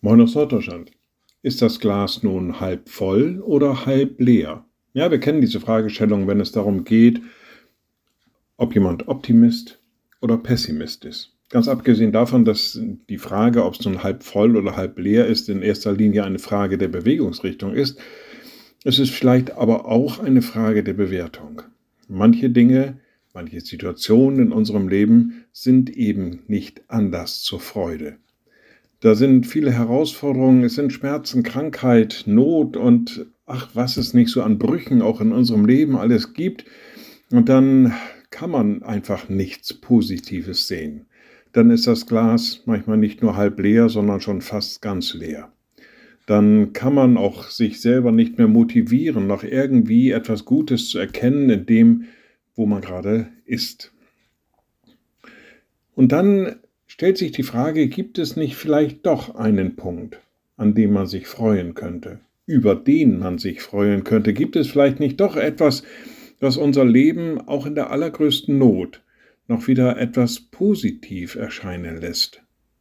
Moin aus Norddeutschland. Ist das Glas nun halb voll oder halb leer? Ja, wir kennen diese Fragestellung, wenn es darum geht, ob jemand Optimist oder Pessimist ist. Ganz abgesehen davon, dass die Frage, ob es nun halb voll oder halb leer ist, in erster Linie eine Frage der Bewegungsrichtung ist. Es ist vielleicht aber auch eine Frage der Bewertung. Manche Dinge, manche Situationen in unserem Leben sind eben nicht Anlass zur Freude. Da sind viele Herausforderungen, es sind Schmerzen, Krankheit, Not und was es nicht so an Brüchen auch in unserem Leben alles gibt. Und dann kann man einfach nichts Positives sehen. Dann ist das Glas manchmal nicht nur halb leer, sondern schon fast ganz leer. Dann kann man auch sich selber nicht mehr motivieren, noch irgendwie etwas Gutes zu erkennen in dem, wo man gerade ist. Und dann stellt sich die Frage, gibt es nicht vielleicht doch einen Punkt, an dem man sich freuen könnte, über den man sich freuen könnte? Gibt es vielleicht nicht doch etwas, was unser Leben auch in der allergrößten Not noch wieder etwas positiv erscheinen lässt?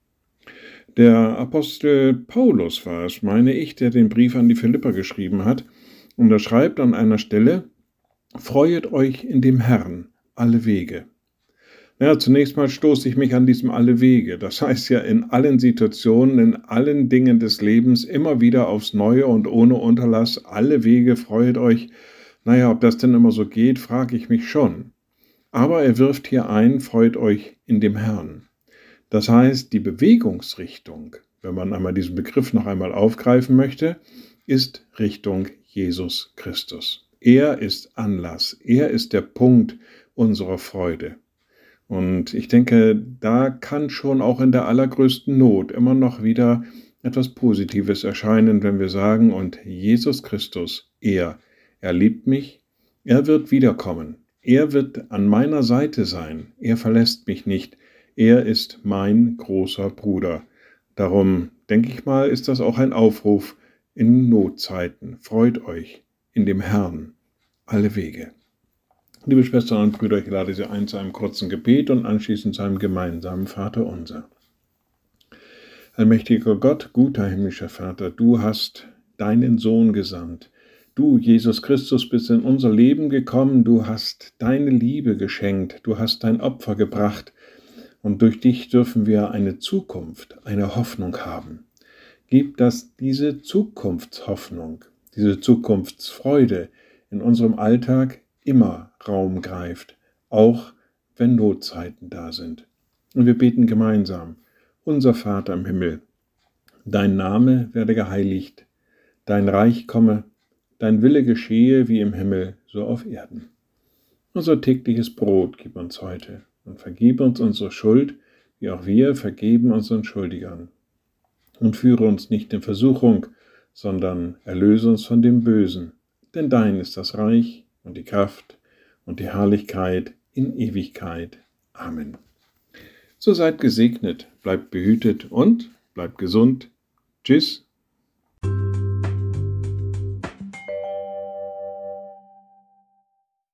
Der Apostel Paulus war es, meine ich, der den Brief an die Philipper geschrieben hat. Und er schreibt an einer Stelle: Freuet euch in dem Herrn alle Wege. Ja, zunächst mal stoße ich mich an diesem alle Wege. Das heißt ja in allen Situationen, in allen Dingen des Lebens immer wieder aufs Neue und ohne Unterlass. Alle Wege, freut euch. Naja, ob das denn immer so geht, frage ich mich schon. Aber er wirft hier ein, freut euch in dem Herrn. Das heißt, die Bewegungsrichtung, wenn man einmal diesen Begriff noch einmal aufgreifen möchte, ist Richtung Jesus Christus. Er ist Anlass, er ist der Punkt unserer Freude. Und ich denke, da kann schon auch in der allergrößten Not immer noch wieder etwas Positives erscheinen, wenn wir sagen, und Jesus Christus, er liebt mich, er wird wiederkommen, er wird an meiner Seite sein, er verlässt mich nicht, er ist mein großer Bruder. Darum, denke ich mal, ist das auch ein Aufruf in Notzeiten. Freut euch in dem Herrn alle Wege. Liebe Schwestern und Brüder, ich lade Sie ein zu einem kurzen Gebet und anschließend zu einem gemeinsamen Vaterunser. Allmächtiger Gott, guter himmlischer Vater, du hast deinen Sohn gesandt. Du, Jesus Christus, bist in unser Leben gekommen, du hast deine Liebe geschenkt, du hast dein Opfer gebracht und durch dich dürfen wir eine Zukunft, eine Hoffnung haben. Gib, dass diese Zukunftshoffnung, diese Zukunftsfreude in unserem Alltag immer Raum greift, auch wenn Notzeiten da sind. Und wir beten gemeinsam: Unser Vater im Himmel, dein Name werde geheiligt, dein Reich komme, dein Wille geschehe wie im Himmel, so auf Erden. Unser tägliches Brot gib uns heute und vergib uns unsere Schuld, wie auch wir vergeben unseren Schuldigern. Und führe uns nicht in Versuchung, sondern erlöse uns von dem Bösen, denn dein ist das Reich und die Kraft und die Herrlichkeit in Ewigkeit. Amen. So seid gesegnet, bleibt behütet und bleibt gesund. Tschüss.